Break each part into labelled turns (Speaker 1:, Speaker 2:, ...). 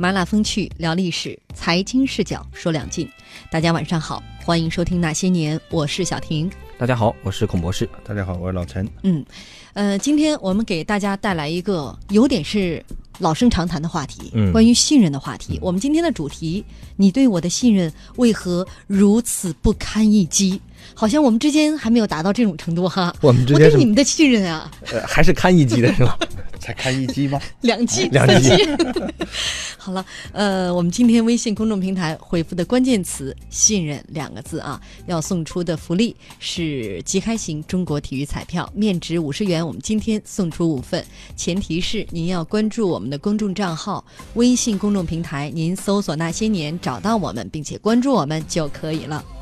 Speaker 1: 麻辣风趣聊历史，财经视角说两晋。大家晚上好，欢迎收听那些年，我是小婷。
Speaker 2: 大家好，我是孔博士。
Speaker 3: 大家好，我是老陈。
Speaker 1: 今天我们给大家带来一个有点是老生常谈的话题，关于信任的话题。我们今天的主题，你对我的信任为何如此不堪一击？好像我们之间还没有达到这种程度哈。
Speaker 2: 我对
Speaker 1: 你们的信任啊，
Speaker 2: 还是堪一击的是吧？
Speaker 3: 才堪一击吗？
Speaker 1: 两击、三击。好了，我们今天微信公众平台回复的关键词“信任”两个字啊，要送出的福利是即开型中国体育彩票，面值50元，我们今天送出5份，前提是您要关注我们的公众账号，微信公众平台您搜索那些年找到我们，并且关注我们就可以了。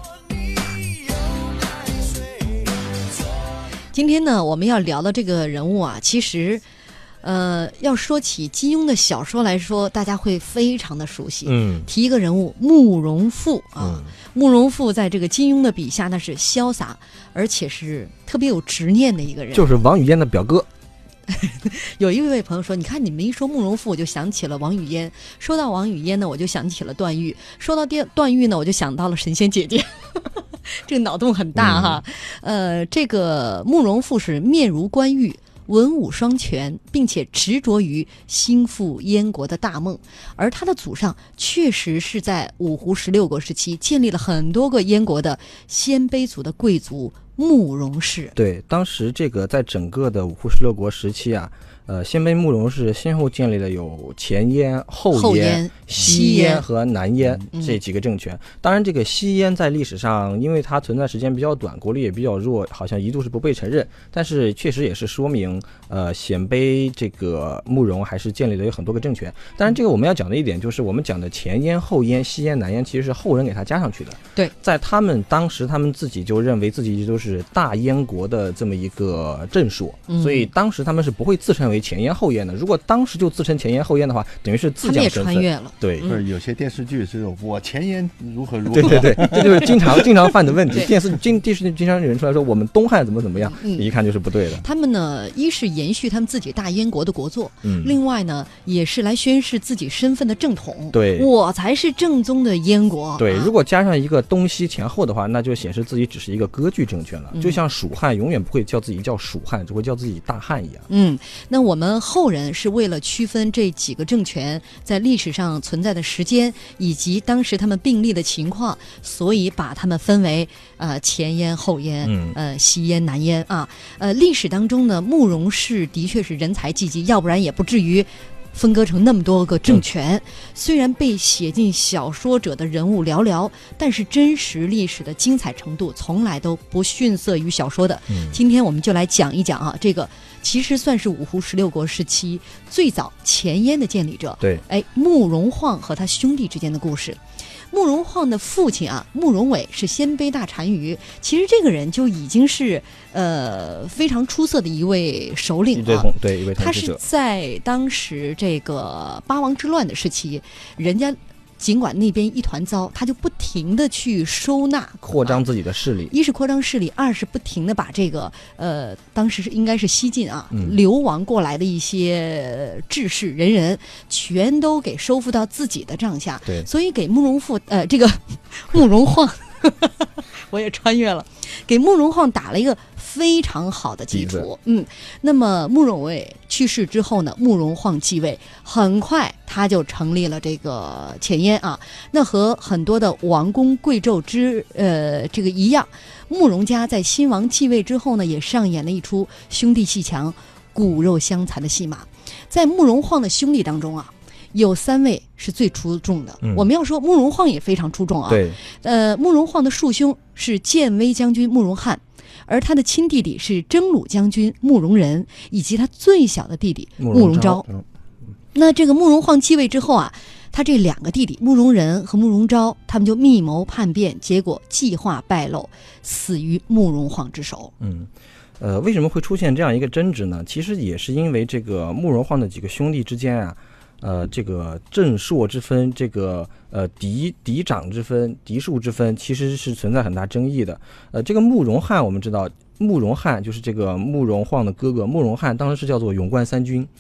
Speaker 1: 今天呢，我们要聊的这个人物啊，其实要说起金庸的小说来说，大家会非常的熟悉。提一个人物慕容复啊，慕容复在这个金庸的笔下，那是潇洒，而且是特别有执念的一个人，
Speaker 2: 就是王语嫣的表哥。
Speaker 1: 有一位朋友说，你看你们一说慕容复，我就想起了王语嫣；说到王语嫣呢，我就想起了段誉；说到段誉呢，我就想到了神仙姐姐。这个脑洞很大哈。这个慕容复是面如冠玉，文武双全，并且执着于兴复燕国的大梦，而他的祖上确实是在五胡16国时期建立了很多个燕国的鲜卑族的贵族慕容氏。
Speaker 2: 对，当时这个在整个的五胡16国时期啊，鲜卑慕容氏先后建立了有前燕、后燕、西燕和南燕这几个政权。当然这个西燕在历史上因为它存在时间比较短，国力也比较弱，好像一度是不被承认，但是确实也是说明鲜卑这个慕容还是建立了有很多个政权。当然这个我们要讲的一点就是，我们讲的前燕、后燕、西燕、南燕其实是后人给它加上去的。
Speaker 1: 对，
Speaker 2: 在他们当时他们自己就认为自己一直都是大燕国的这么一个正数，所以当时他们是不会自称为前燕后燕的。如果当时就自称前燕后燕的话，等于是自降身份，
Speaker 1: 他们也穿越了。
Speaker 2: 对，
Speaker 3: 不是有些电视剧是我前燕如何如何。
Speaker 2: 对，这就是经常犯的问题。电视剧经常有人出来说我们东汉怎么样，一看就是不对的。
Speaker 1: 他们呢，一是延续他们自己大燕国的国祚，另外呢，也是来宣示自己身份的正统。
Speaker 2: 对，
Speaker 1: 我才是正宗的燕国。
Speaker 2: 对，如果加上一个东西前后的话，那就显示自己只是一个割据政权了。就像蜀汉永远不会叫自己叫蜀汉，只会叫自己大汉一样。
Speaker 1: 那我们后人是为了区分这几个政权在历史上存在的时间以及当时他们并立的情况，所以把他们分为前燕、后燕、西燕、南燕啊。历史当中呢，慕容氏的确是人才济济，要不然也不至于分割成那么多个政权。虽然被写进小说者的人物寥寥，但是真实历史的精彩程度从来都不逊色于小说的。今天我们就来讲一讲啊，这个其实算是五胡16国时期最早前燕的建立者。
Speaker 2: 对，
Speaker 1: 慕容晃和他兄弟之间的故事。慕容晃的父亲啊，慕容伟是鲜卑大单于，其实这个人就已经是非常出色的一位首领了。
Speaker 2: 对，一位统治者。
Speaker 1: 他是在当时这个八王之乱的时期，人家尽管那边一团糟，他就不停的去收纳
Speaker 2: 扩张自己的势力。
Speaker 1: 一是扩张势力，二是不停的把这个当时应该是西晋啊流亡过来的一些志士人全都给收复到自己的帐下。
Speaker 2: 对，
Speaker 1: 所以给慕容复这个慕容晃我也穿越了，给慕容晃打了一个非常好的基础。那么慕容伟去世之后呢，慕容晃继位，很快他就成立了这个前燕啊。那和很多的王公贵胄这个一样，慕容家在新王继位之后呢，也上演了一出兄弟阋墙、骨肉相残的戏码。在慕容晃的兄弟当中啊，有3位是最出众的。我们要说慕容晃也非常出众啊。
Speaker 2: 对，
Speaker 1: 慕容晃的庶兄是建威将军慕容翰，而他的亲弟弟是征虏将军慕容仁，以及他最小的弟弟慕容昭。那这个慕容晃继位之后啊，他这2个弟弟慕容仁和慕容昭，他们就密谋叛变，结果计划败露，死于慕容晃之手。
Speaker 2: 为什么会出现这样一个争执呢？其实也是因为这个慕容晃的几个兄弟之间啊，这个正朔之分，这个嫡长之分、嫡庶之分，其实是存在很大争议的。这个慕容翰，我们知道，慕容翰就是这个慕容晃的哥哥，慕容翰当时是叫做勇冠三军。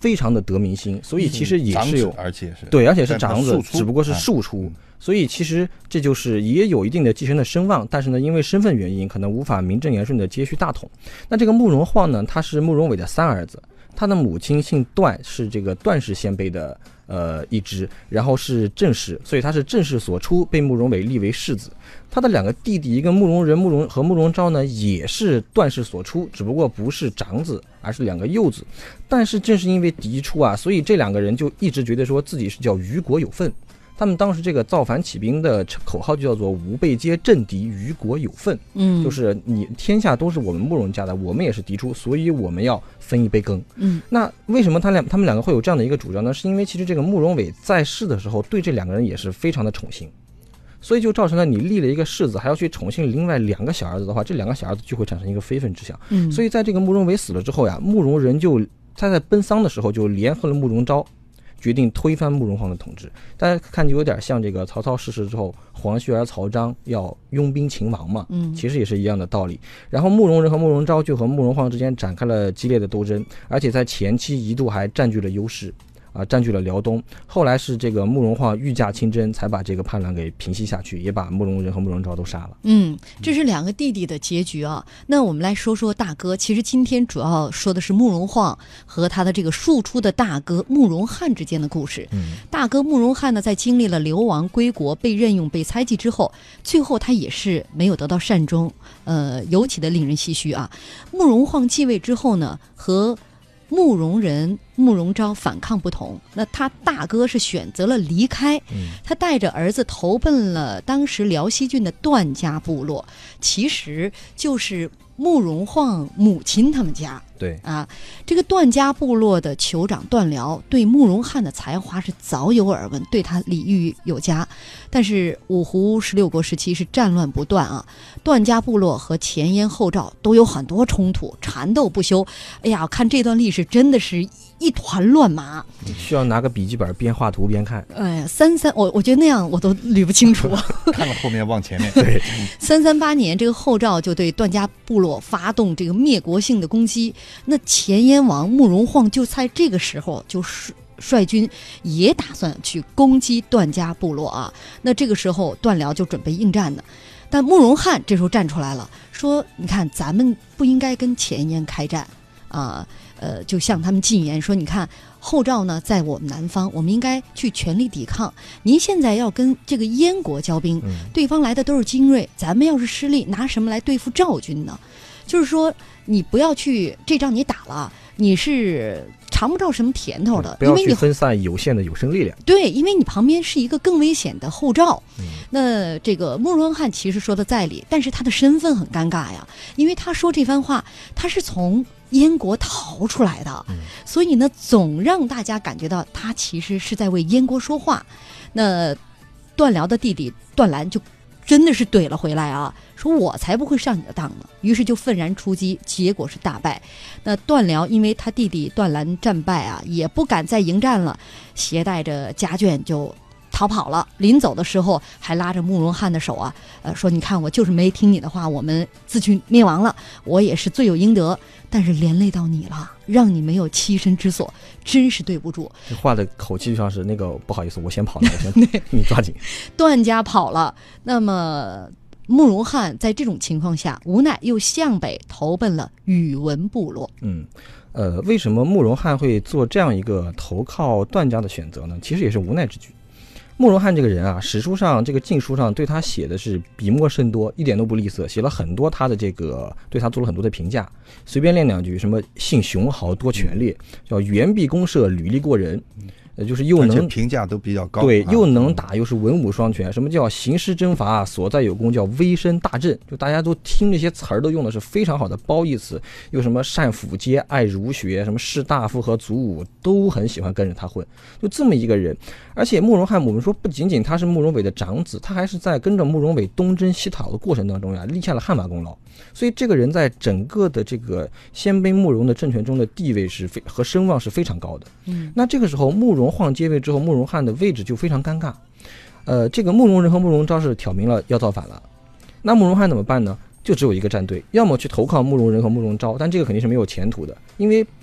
Speaker 2: 非常的得民心，所以其实也是有，
Speaker 3: 而且是
Speaker 2: 对，而且是长子，只不过是庶出，所以其实这就是也有一定的继承的声望，但是呢，因为身份原因，可能无法名正言顺的接续大统。那这个慕容晃呢，他是慕容伟的三儿子，他的母亲姓段，是这个段氏鲜卑的一支，然后是郑氏，所以他是郑氏所出，被慕容伟立为世子。他的两个弟弟，一个慕容仁和慕容昭呢，也是段氏所出，只不过不是长子，而是两个幼子。但是正是因为嫡出啊，所以这两个人就一直觉得说自己是叫于国有份。他们当时这个造反起兵的口号就叫做吾辈皆政敌，于国有份。就是你天下都是我们慕容家的，我们也是嫡出，所以我们要分一杯羹。那为什么他们两个会有这样的一个主张呢？是因为其实这个慕容伟在世的时候对这两个人也是非常的宠幸，所以就造成了你立了一个世子还要去宠幸另外两个小儿子的话，这两个小儿子就会产生一个非分之想。所以在这个慕容伟死了之后呀，慕容仁就他在奔丧的时候就联合了慕容昭，决定推翻慕容晃的统治。大家看就有点像这个曹操逝世之后，黄须儿曹彰要拥兵秦王嘛，其实也是一样的道理。然后慕容仁和慕容昭就和慕容晃之间展开了激烈的斗争，而且在前期一度还占据了优势。占据了辽东，后来是这个慕容晃御驾亲征，才把这个叛乱给平息下去，也把慕容仁和慕容昭都杀了。
Speaker 1: 这是两个弟弟的结局啊。那我们来说说大哥，其实今天主要说的是慕容晃和他的这个庶出的大哥慕容翰之间的故事。大哥慕容翰呢，在经历了流亡归国、被任用、被猜忌之后，最后他也是没有得到善终，尤其的令人唏嘘啊。慕容晃继位之后呢，和慕容仁、慕容昭反抗不同，那他大哥是选择了离开，他带着儿子投奔了当时辽西郡的段家部落，其实就是慕容晃母亲他们家。
Speaker 2: 对
Speaker 1: 啊，这个段家部落的酋长段辽对慕容翰的才华是早有耳闻，对他礼遇有加。但是五胡16国时期是战乱不断啊，段家部落和前燕后赵都有很多冲突，缠斗不休。哎呀，看这段历史真的是一团乱麻，
Speaker 2: 需要拿个笔记本边画图边看。
Speaker 1: 哎呀，我觉得那样我都捋不清楚。
Speaker 3: 看了后面忘前面。
Speaker 2: 对
Speaker 1: ，338年，这个后赵就对段家部落发动这个灭国性的攻击。那前燕王慕容晃就在这个时候就率军也打算去攻击段家部落啊。那这个时候段辽就准备应战呢，但慕容翰这时候站出来了，说你看咱们不应该跟前燕开战啊，就向他们进言说，你看后赵呢在我们南方，我们应该去全力抵抗。您现在要跟这个燕国交兵，对方来的都是精锐，咱们要是失利，拿什么来对付赵军呢？就是说你不要去这仗你打了，你是尝不着什么甜头的，
Speaker 2: 不要去分散有限的有生力量。
Speaker 1: 对，因为你旁边是一个更危险的后赵。那这个慕容翰其实说的在理，但是他的身份很尴尬呀，因为他说这番话，他是从燕国逃出来的，所以呢，总让大家感觉到他其实是在为燕国说话。那段辽的弟弟段兰就真的是怼了回来啊，说我才不会上你的当呢，于是就愤然出击，结果是大败。那段辽因为他弟弟段兰战败啊，也不敢再迎战了，携带着家眷就逃跑了。临走的时候还拉着慕容翰的手啊，说你看我就是没听你的话，我们自取灭亡了，我也是罪有应得，但是连累到你了，让你没有栖身之所，真是对不住。
Speaker 2: 这话的口气上是那个不好意思，我先跑了，我先你抓紧。
Speaker 1: 段家跑了，那么慕容翰在这种情况下无奈又向北投奔了宇文部落。
Speaker 2: 为什么慕容翰会做这样一个投靠段家的选择呢？其实也是无奈之举。慕容翰这个人啊，史书上这个禁书上对他写的是笔墨甚多，一点都不吝啬，写了很多他的这个对他做了很多的评价。随便念两句，什么性雄豪多权烈，叫圆壁公社，履历过人，就是又能
Speaker 3: 评价都比较高，
Speaker 2: 对，又能打又是文武双全。什么叫行师征伐，所在有功，叫威声大振，就大家都听这些词儿都用的是非常好的褒义词。又什么善辅街，爱儒学，什么士大夫和族武都很喜欢跟着他混，就这么一个人。而且慕容翰，我们说不仅仅他是慕容伟的长子，他还是在跟着慕容伟东征西讨的过程当中呀，立下了汗马功劳。所以这个人在整个的这个鲜卑慕容的政权中的地位和声望是非常高的。那这个时候慕容晃接位之后，慕容翰的位置就非常尴尬。这个慕容仁和慕容昭是挑明了要造反了，那慕容翰怎么办呢？就只有一个战队，要么去投靠慕容仁和慕容昭，但这个肯定是没有前途的，因为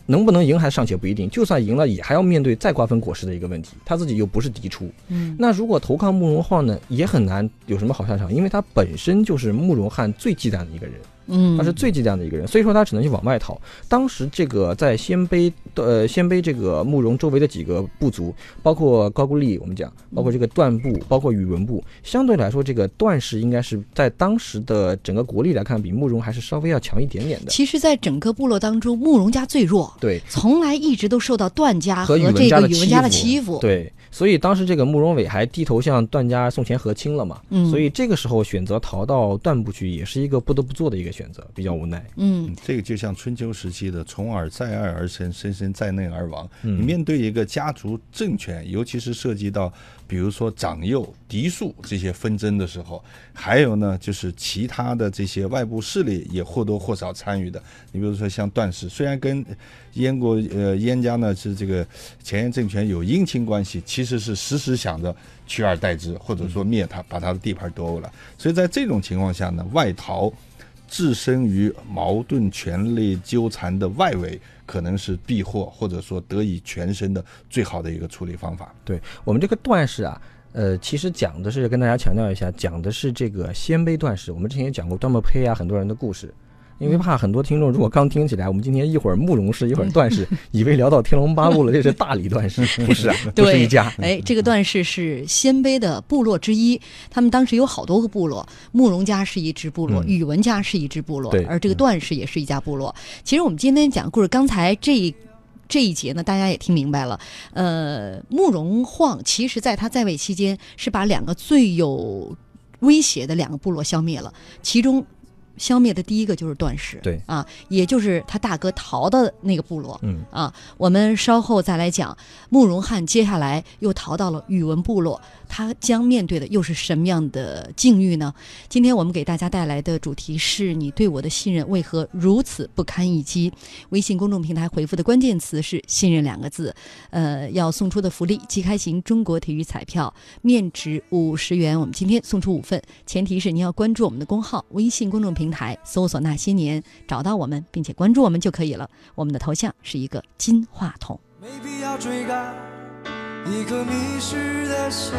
Speaker 2: 能不能赢还尚且不一定，就算赢了也还要面对再瓜分果实的一个问题，他自己又不是嫡出。那如果投靠慕容晃呢，也很难有什么好下场，因为他本身就是慕容翰最忌惮的一个人。他是最忌惮的一个人，所以说他只能去往外逃。当时这个在鲜卑这个慕容周围的几个部族，包括高句丽，我们讲，包括这个段部，包括宇文部，相对来说，这个段氏应该是在当时的整个国力来看，比慕容还是稍微要强一点点的。
Speaker 1: 其实，在整个部落当中，慕容家最弱，
Speaker 2: 对，
Speaker 1: 从来一直都受到段家和这个宇文家的欺负，
Speaker 2: 对。所以当时这个慕容伟还低头向段家送钱和亲了嘛，所以这个时候选择逃到段部去，也是一个不得不做的一个选择，比较无奈。
Speaker 3: 这个就像春秋时期的重耳在爱而生，深深在内而亡。你面对一个家族政权，尤其是涉及到比如说长幼嫡庶这些纷争的时候，还有呢就是其他的这些外部势力也或多或少参与的。你比如说像段氏，虽然跟燕家呢是这个前燕政权有姻亲关系，其实是时时想着取而代之，或者说灭他，把他的地盘夺了。所以在这种情况下呢，外逃置身于矛盾权力纠缠的外围，可能是避祸或者说得以全身的最好的一个处理方法。
Speaker 2: 对，我们这个段氏啊，其实讲的是跟大家强调一下，讲的是这个鲜卑段氏。我们之前也讲过段莫胚啊，很多人的故事。因为怕很多听众如果刚听起来，我们今天一会儿慕容氏一会儿段氏，以为聊到天龙八部了，这是大理段氏，不是啊，不是一家。
Speaker 1: 这个段氏是鲜卑的部落之一，他们当时有好多个部落，慕容家是一支部落，宇文家是一支部落，而这个段氏也是一家部落。其实我们今天讲故事，刚才这一节呢，大家也听明白了。慕容晃其实在他在位期间是把两个最有威胁的两个部落消灭了，其中消灭的第一个就是段氏，
Speaker 2: 对啊，
Speaker 1: 也就是他大哥逃的那个部落。我们稍后再来讲慕容翰接下来又逃到了宇文部落，他将面对的又是什么样的境遇呢？今天我们给大家带来的主题是你对我的信任为何如此不堪一击？微信公众平台回复的关键词是信任2个字。要送出的福利，即开型中国体育彩票面值50元，我们今天送出5份，前提是您要关注我们的公号，微信公众平台搜索那些年，找到我们并且关注我们就可以了。我们的头像是一个金话筒。
Speaker 4: 没必要追赶一颗迷失的心，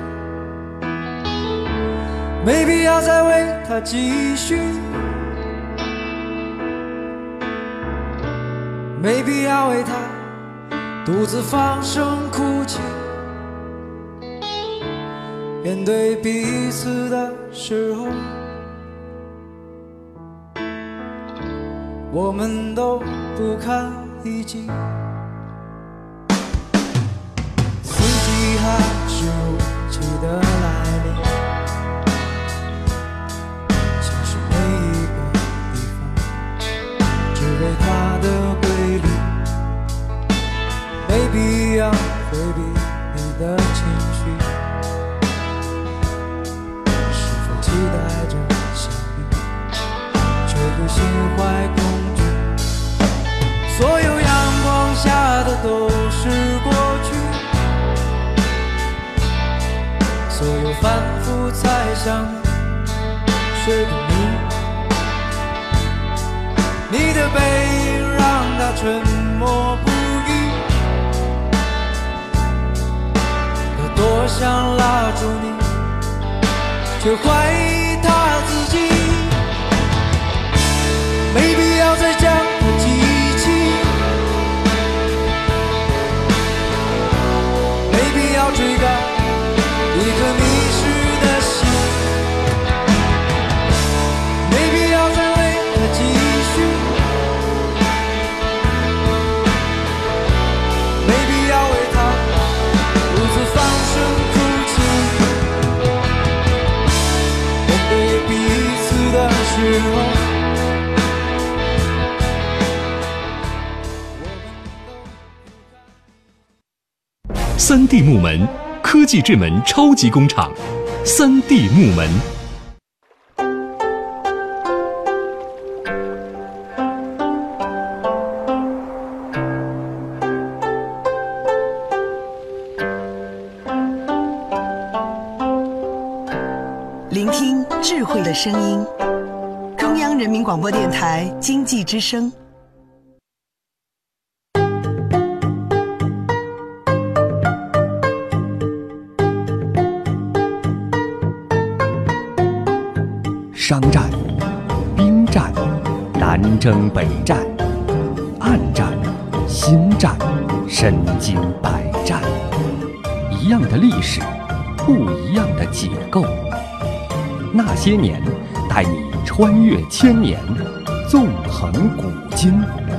Speaker 4: 没必要再为它继续，没必要为它独自放声哭泣。面对彼此的时候，我们都不堪一击。四季还是如期的来临，其实每一个地方只为它的规律，没必要回避你的情绪，是否期待着相遇，却又心怀恐惧。所有阳光下的都是过去，所有反复猜想谁的你的背影让他沉默不语，我多想拉住你，却怀疑他自己，没必要再将它记起，没必要追赶一颗迷失的心，没必要再为它继续，没必要为它独自放声哭泣。面对彼此的时候，
Speaker 5: 3D 木门，科技智门超级工厂，3D 木门。
Speaker 6: 聆听智慧的声音，中央人民广播电台经济之声。
Speaker 7: 商战、兵战、南征北战、暗战、心战、身经百战，一样的历史，不一样的解构。那些年，带你穿越千年，纵横古今。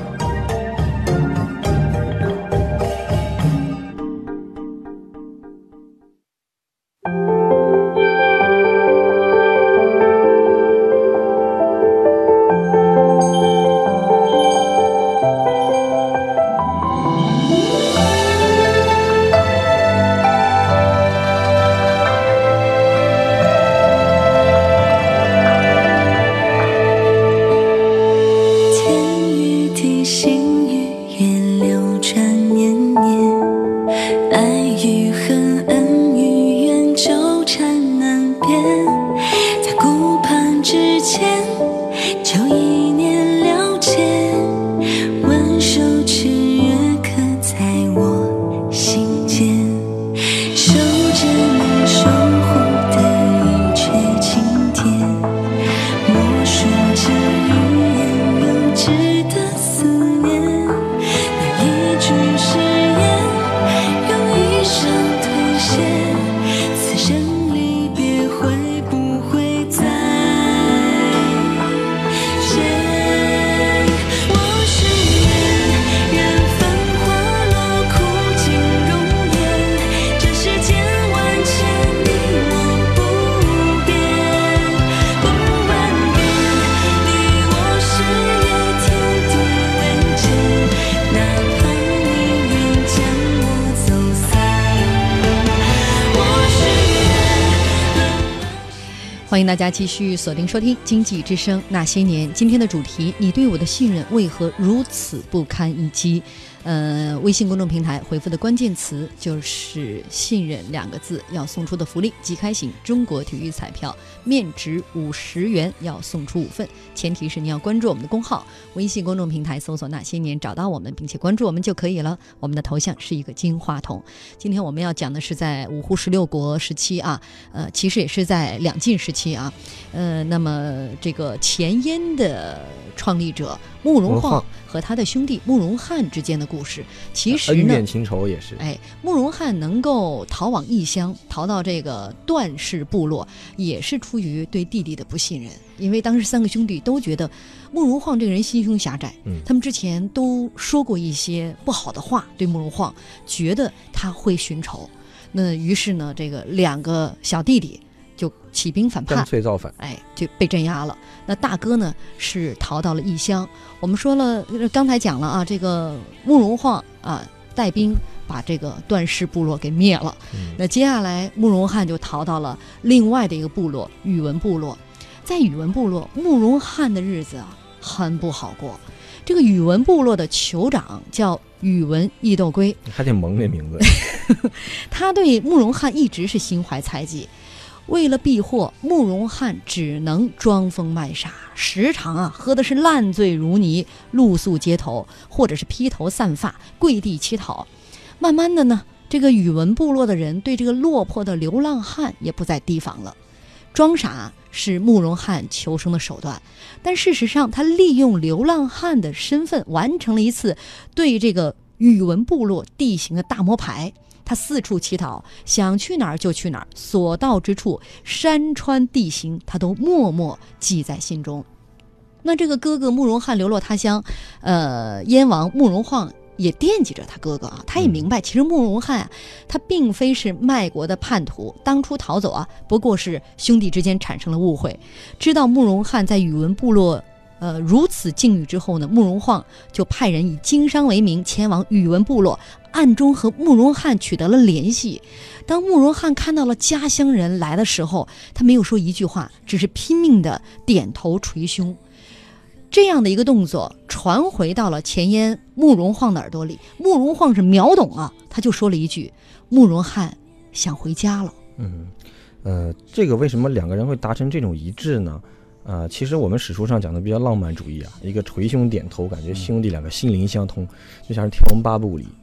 Speaker 1: 欢迎大家继续锁定收听《经济之声那些年》。今天的主题：你对我的信任为何如此不堪一击？微信公众平台回复的关键词就是“信任”2个字，要送出的福利即开型中国体育彩票，面值50元，要送出5份。前提是你要关注我们的公号，微信公众平台搜索“那些年”，找到我们并且关注我们就可以了。我们的头像是一个金话筒。今天我们要讲的是在五胡16国时期啊，其实也是在两晋时期啊。那么这个前燕的创立者慕容晃和他的兄弟慕容翰之间的故事，其实呢，
Speaker 2: 恩怨情仇也是。
Speaker 1: 慕容翰能够逃往异乡，逃到这个段氏部落，也是出于对弟弟的不信任。因为当时3个兄弟都觉得慕容晃这个人心胸狭窄，他们之前都说过一些不好的话对慕容晃，觉得他会寻仇。那于是呢，这个2个小弟弟就起兵反叛，
Speaker 2: 干脆造反，
Speaker 1: 就被镇压了。那大哥呢是逃到了异乡。我们说了，刚才讲了啊，这个慕容晃啊带兵把这个段氏部落给灭了。那接下来慕容翰就逃到了另外的一个部落宇文部落。在宇文部落，慕容翰的日子啊很不好过。这个宇文部落的酋长叫宇文义斗归，
Speaker 2: 还挺萌这名字。
Speaker 1: 他对慕容翰一直是心怀猜忌。为了避祸，慕容翰只能装疯卖傻，时常喝的是烂醉如泥，露宿街头，或者是披头散发，跪地乞讨。慢慢的呢，这个宇文部落的人对这个落魄的流浪汉也不再提防了。装傻是慕容翰求生的手段，但事实上他利用流浪汉的身份完成了一次对这个宇文部落地形的大摸排。他四处乞讨，想去哪儿就去哪儿，所到之处山川地形他都默默记在心中。那这个哥哥慕容翰流落他乡，燕王慕容晃也惦记着他哥哥啊，他也明白其实慕容翰他并非是卖国的叛徒，当初逃走不过是兄弟之间产生了误会。知道慕容翰在宇文部落如此境遇之后呢，慕容晃就派人以经商为名前往宇文部落，暗中和慕容翰取得了联系。当慕容翰看到了家乡人来的时候，他没有说一句话，只是拼命的点头捶胸。这样的一个动作传回到了前燕慕容晃的耳朵里，慕容晃是秒懂他就说了一句：慕容翰想回家了。
Speaker 2: 这个为什么2个人会达成这种一致呢？其实我们史书上讲的比较浪漫主义一个捶胸点头，感觉兄弟2个心灵相通，就像是《天龙八部》里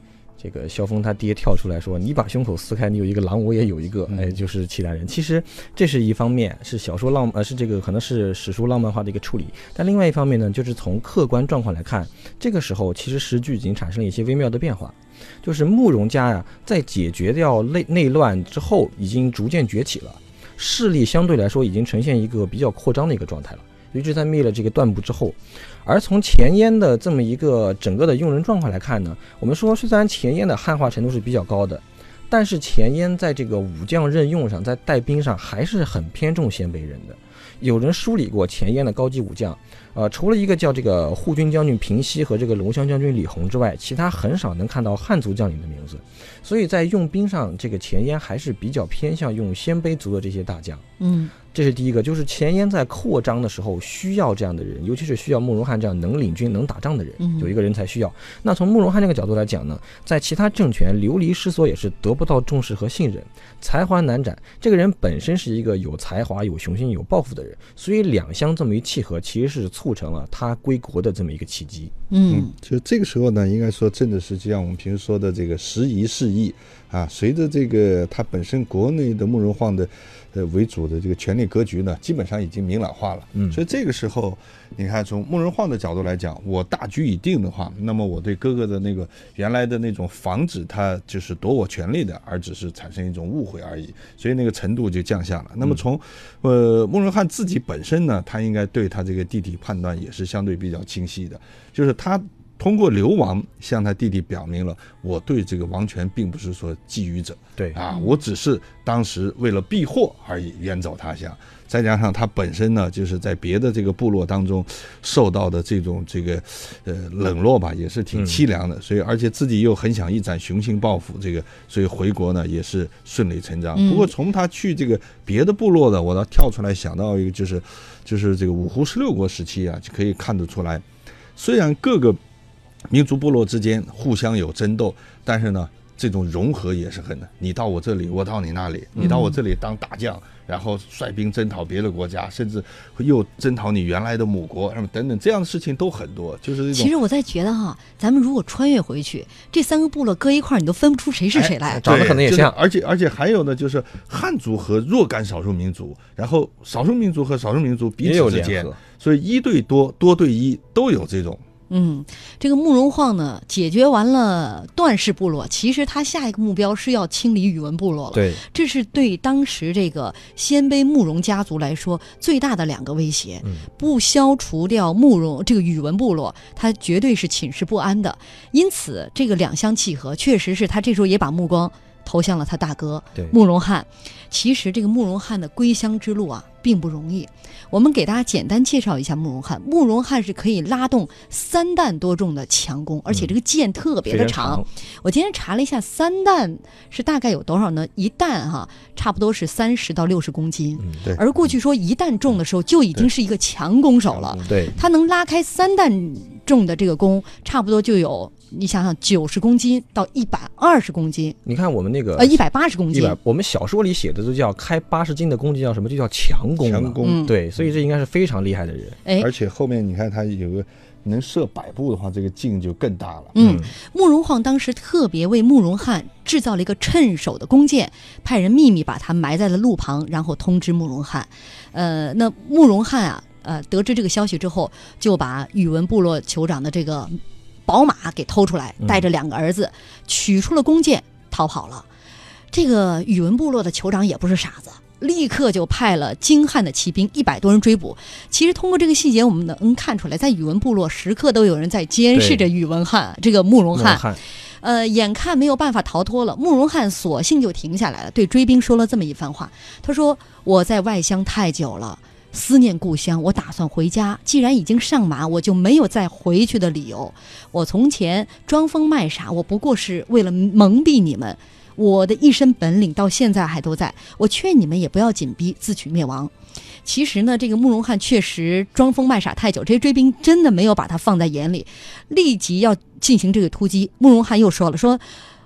Speaker 2: 这个萧峰他爹跳出来说，你把胸口撕开，你有一个狼我也有一个，就是契丹人。其实这是一方面，是小说是这个可能是史书浪漫化的一个处理，但另外一方面呢，就是从客观状况来看，这个时候其实时局已经产生了一些微妙的变化，就是慕容家呀，在解决掉内乱之后，已经逐渐崛起了，势力相对来说已经呈现一个比较扩张的一个状态了。尤其在灭了这个段部之后，而从前燕的这么一个整个的用人状况来看呢，我们说虽然前燕的汉化程度是比较高的，但是前燕在这个武将任用上，在带兵上还是很偏重鲜卑人的。有人梳理过前燕的高级武将，除了一个叫这个护军将军平西和这个龙骧将军李弘之外，其他很少能看到汉族将领的名字。所以在用兵上，这个前燕还是比较偏向用鲜卑族的这些大将。这是第一个，就是前燕在扩张的时候需要这样的人，尤其是需要慕容翰这样能领军能打仗的人，有一个人才需要。那从慕容翰这个角度来讲呢，在其他政权流离失所也是得不到重视和信任，才华难展。这个人本身是一个有才华有雄心有抱负的人，所以两相这么一契合，其实是促成了他归国的这么一个契机。
Speaker 3: 就这个时候呢，应该说真的是就像我们平时说的这个时移世易啊，随着这个他本身国内的慕容晃的为主的这个权力格局呢，基本上已经明朗化了。所以这个时候你看从慕容晃的角度来讲，我大局已定的话，那么我对哥哥的那个原来的那种防止他就是夺我权力的，而只是产生一种误会而已，所以那个程度就降下了。那么从慕容翰自己本身呢，他应该对他这个弟弟判断也是相对比较清晰的，就是他通过流亡向他弟弟表明了，我对这个王权并不是说觊觎者，
Speaker 2: 对
Speaker 3: 啊，我只是当时为了避祸而已远走他乡。再加上他本身呢，就是在别的这个部落当中受到的这种冷落吧，也是挺凄凉的，所以而且自己又很想一展雄心抱负，所以回国呢也是顺理成章。不过从他去这个别的部落的，我倒跳出来想到一个，就是这个五胡16国时期啊，就可以看得出来，虽然各个民族部落之间互相有争斗，但是呢，这种融合也是很的。你到我这里，我到你那里，你到我这里当大将，然后率兵征讨别的国家，甚至又征讨你原来的母国，什么等等，这样的事情都很多。就是这种。
Speaker 1: 其实我在觉得哈，咱们如果穿越回去，这3个部落搁一块儿，你都分不出谁是谁来，
Speaker 2: 长得可能也像。
Speaker 3: 而且还有呢，就是汉族和若干少数民族，然后少数民族和少数民族彼此之间，所以1对多，多对1都有这种。
Speaker 1: 这个慕容晃呢，解决完了段氏部落，其实他下一个目标是要清理宇文部落了。
Speaker 2: 对，
Speaker 1: 这是对当时这个鲜卑慕容家族来说最大的2个威胁。不消除掉这个宇文部落，他绝对是寝食不安的。因此，这个两相契合，确实是他这时候也把目光投向了他大哥慕容翰。其实这个慕容翰的归乡之路啊，并不容易。我们给大家简单介绍一下慕容翰。慕容翰是可以拉动3担多重的强弓，而且这个箭特别的长。我今天查了一下，3担是大概有多少呢？1担差不多是30到60公斤。而过去说1担重的时候，就已经是一个强弓手了。
Speaker 2: 对，
Speaker 1: 他能拉开3担重的这个弓，差不多就有。你想想，90公斤到120公斤，
Speaker 2: 你看我们那个
Speaker 1: 180公斤，
Speaker 2: 我们小说里写的都叫开80斤的弓，就叫什么？就叫强弓。
Speaker 3: 强弓，
Speaker 2: 对，所以这应该是非常厉害的人。
Speaker 3: 而且后面你看他有个能射100步的话，这个劲就更大了。
Speaker 1: 慕容晃当时特别为慕容翰制造了一个趁手的弓箭，派人秘密把他埋在了路旁，然后通知慕容翰。那慕容翰得知这个消息之后，就把宇文部落酋长的这个宝马给偷出来，带着2个儿子取出了弓箭逃跑了。这个宇文部落的酋长也不是傻子，立刻就派了精悍的骑兵100多人追捕。其实通过这个细节，我们能看出来，在宇文部落时刻都有人在监视着宇文翰这个慕容翰。眼看没有办法逃脱了，慕容翰索性就停下来了，对追兵说了这么一番话。他说：“我在外乡太久了，思念故乡，我打算回家。既然已经上马，我就没有再回去的理由。我从前装疯卖傻，我不过是为了蒙蔽你们。我的一身本领到现在还都在。我劝你们也不要紧逼，自取灭亡。”其实呢，这个慕容翰确实装疯卖傻太久，这些追兵真的没有把他放在眼里，立即要进行这个突击。慕容翰又说了，说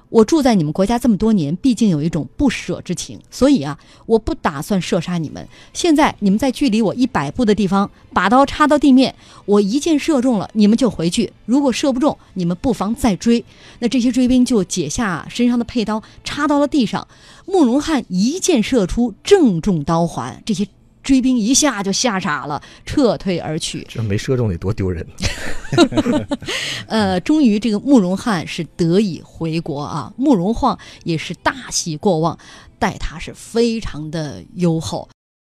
Speaker 1: 我住在你们国家这么多年，毕竟有一种不舍之情，所以啊，我不打算射杀你们。现在你们在距离我100步的地方，把刀插到地面，我一箭射中了，你们就回去；如果射不中，你们不妨再追。那这些追兵就解下身上的佩刀，插到了地上。慕容翰一箭射出，正中刀环，这些追兵一下就吓傻了，撤退而去。
Speaker 2: 这没射中得多丢人。
Speaker 1: 终于这个慕容翰是得以回国啊，慕容晃也是大喜过望，待他是非常的优厚。